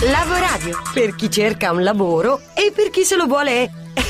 Lavoradio, per chi cerca un lavoro e per chi se lo vuole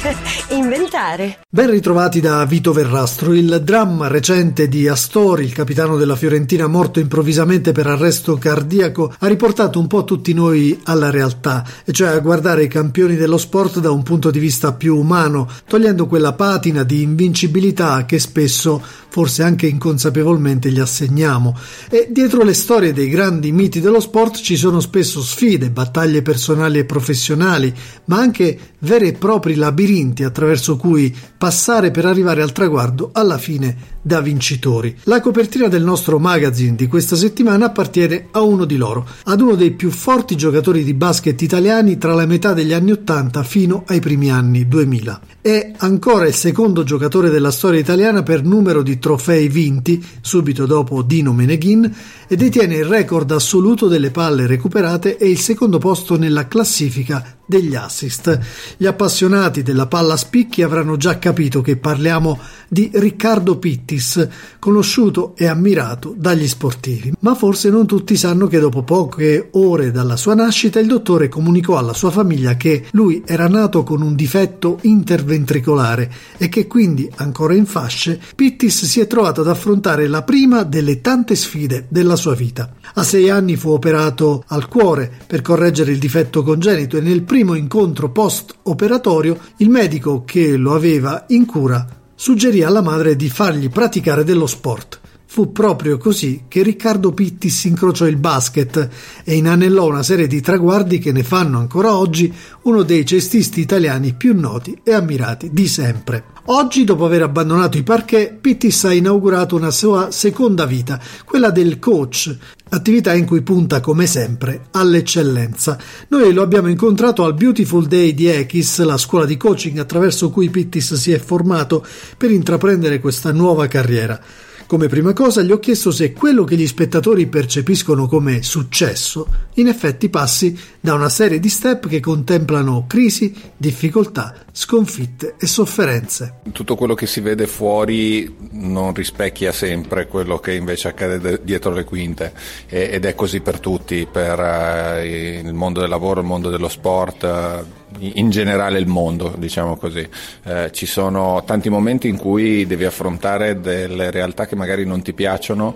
inventare. Ben ritrovati da Vito Verrastro. Il dramma recente di Astori, il capitano della Fiorentina morto improvvisamente per arresto cardiaco, ha riportato un po' tutti noi alla realtà, e cioè a guardare i campioni dello sport da un punto di vista più umano, togliendo quella patina di invincibilità che spesso, forse anche inconsapevolmente, gli assegniamo. E dietro le storie dei grandi miti dello sport ci sono spesso sfide, battaglie personali e professionali, ma anche veri e propri labirinti attraverso cui passare per arrivare al traguardo alla fine da vincitori. La copertina del nostro magazine di questa settimana appartiene a uno di loro, ad uno dei più forti giocatori di basket italiani tra la metà degli anni 80 fino ai primi anni 2000. È ancora il secondo giocatore della storia italiana per numero di trofei vinti, subito dopo Dino Meneghin, e detiene il record assoluto delle palle recuperate e il secondo posto nella classifica degli assist. Gli appassionati della palla a spicchi avranno già capito che parliamo di Riccardo Pittis, conosciuto e ammirato dagli sportivi. Ma forse non tutti sanno che dopo poche ore dalla sua nascita il dottore comunicò alla sua famiglia che lui era nato con un difetto interventricolare e che quindi, ancora in fasce, Pittis si è trovato ad affrontare la prima delle tante sfide della sua vita. A 6 anni fu operato al cuore per correggere il difetto congenito e nel primo incontro post-operatorio il medico che lo aveva in cura suggerì alla madre di fargli praticare dello sport. Fu proprio così che Riccardo Pittis incrociò il basket e inanellò una serie di traguardi che ne fanno ancora oggi uno dei cestisti italiani più noti e ammirati di sempre. Oggi, dopo aver abbandonato i parquet, Pittis ha inaugurato una sua seconda vita, quella del coach, attività in cui punta come sempre all'eccellenza. Noi lo abbiamo incontrato al Beautiful Day di Ekis, la scuola di coaching attraverso cui Pittis si è formato per intraprendere questa nuova carriera. Come prima cosa gli ho chiesto se quello che gli spettatori percepiscono come successo in effetti passi da una serie di step che contemplano crisi, difficoltà, sconfitte e sofferenze. Tutto quello che si vede fuori non rispecchia sempre quello che invece accade dietro le quinte, ed è così per tutti, per il mondo del lavoro, il mondo dello sport, in generale il mondo, diciamo così. Ci sono tanti momenti in cui devi affrontare delle realtà che magari non ti piacciono,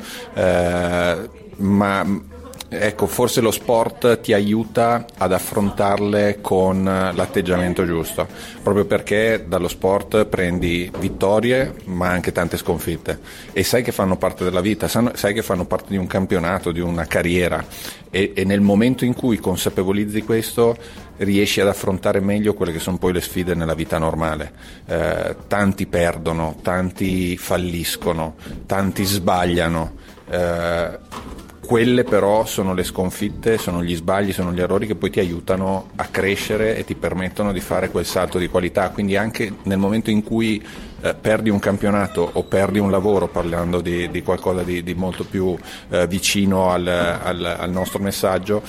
ma ecco, forse lo sport ti aiuta ad affrontarle con l'atteggiamento giusto, proprio perché dallo sport prendi vittorie ma anche tante sconfitte e sai che fanno parte della vita, sai che fanno parte di un campionato, di una carriera, e nel momento in cui consapevolizzi questo riesci ad affrontare meglio quelle che sono poi le sfide nella vita normale. Tanti perdono, tanti falliscono, tanti sbagliano, quelle però sono le sconfitte, sono gli sbagli, sono gli errori che poi ti aiutano a crescere e ti permettono di fare quel salto di qualità. Quindi anche nel momento in cui perdi un campionato o perdi un lavoro, parlando di qualcosa di molto più vicino al nostro messaggio,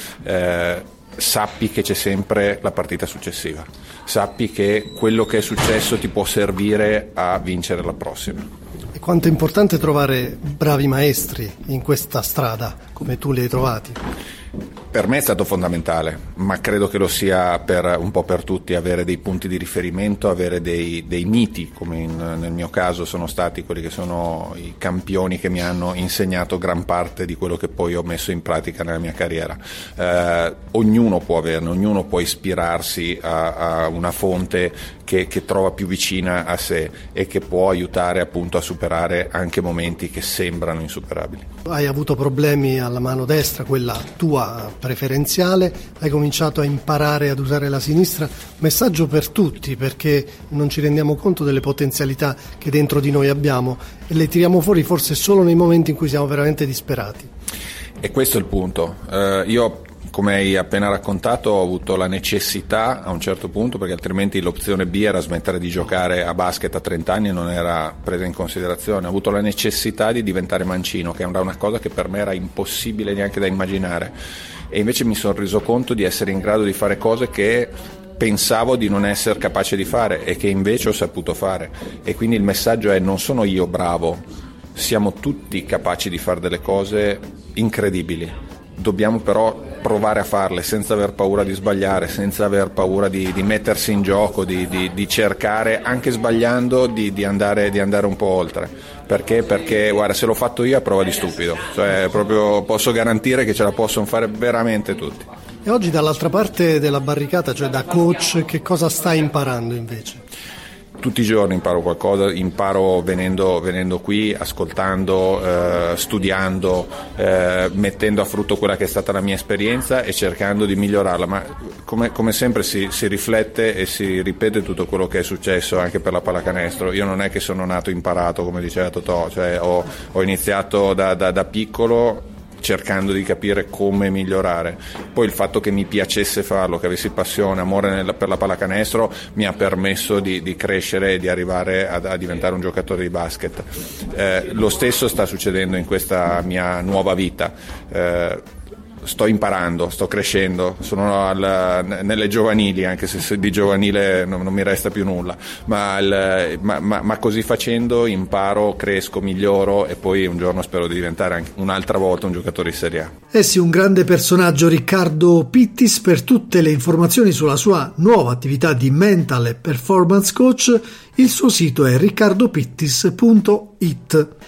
sappi che c'è sempre la partita successiva, sappi che quello che è successo ti può servire a vincere la prossima. E quanto è importante trovare bravi maestri in questa strada, come tu li hai trovati? Per me è stato fondamentale, ma credo che lo sia un po' per tutti, avere dei punti di riferimento, avere dei miti, come nel mio caso sono stati quelli che sono i campioni che mi hanno insegnato gran parte di quello che poi ho messo in pratica nella mia carriera. Ognuno può averne, ognuno può ispirarsi a una fonte che trova più vicina a sé e che può aiutare appunto a superare anche momenti che sembrano insuperabili. Hai avuto problemi alla mano destra, quella tua preferenziale, hai cominciato a imparare ad usare la sinistra. Messaggio per tutti, perché non ci rendiamo conto delle potenzialità che dentro di noi abbiamo e le tiriamo fuori forse solo nei momenti in cui siamo veramente disperati. E questo è il punto. Io, come hai appena raccontato, ho avuto la necessità a un certo punto, perché altrimenti l'opzione B era smettere di giocare a basket a 30 anni e non era presa in considerazione. Ho avuto la necessità di diventare mancino, che era una cosa che per me era impossibile neanche da immaginare, e invece mi sono reso conto di essere in grado di fare cose che pensavo di non essere capace di fare e che invece ho saputo fare. E quindi il messaggio è: non sono io bravo, siamo tutti capaci di fare delle cose incredibili. dobbiamo però provare a farle senza aver paura di sbagliare, senza aver paura di mettersi in gioco, di cercare, anche sbagliando, di andare un po' oltre. Perché guarda, se l'ho fatto io a prova di stupido, cioè proprio posso garantire che ce la possono fare veramente tutti. E oggi dall'altra parte della barricata, cioè da coach, che cosa stai imparando invece? Tutti i giorni imparo qualcosa, imparo venendo qui, ascoltando, studiando, mettendo a frutto quella che è stata la mia esperienza e cercando di migliorarla, ma come sempre si riflette e si ripete tutto quello che è successo anche per la pallacanestro. Io non è che sono nato imparato, come diceva Totò, cioè ho iniziato da piccolo cercando di capire come migliorare. Poi il fatto che mi piacesse farlo, che avessi passione, amore per la pallacanestro, mi ha permesso di crescere e di arrivare a diventare un giocatore di basket. Lo stesso sta succedendo in questa mia nuova vita. Sto imparando, sto crescendo, sono nelle giovanili, anche se di giovanile non mi resta più nulla, ma così facendo imparo, cresco, miglioro e poi un giorno spero di diventare anche un'altra volta un giocatore di Serie A. Eh sì, un grande personaggio, Riccardo Pittis. Per tutte le informazioni sulla sua nuova attività di mental e performance coach, il suo sito è riccardopittis.it.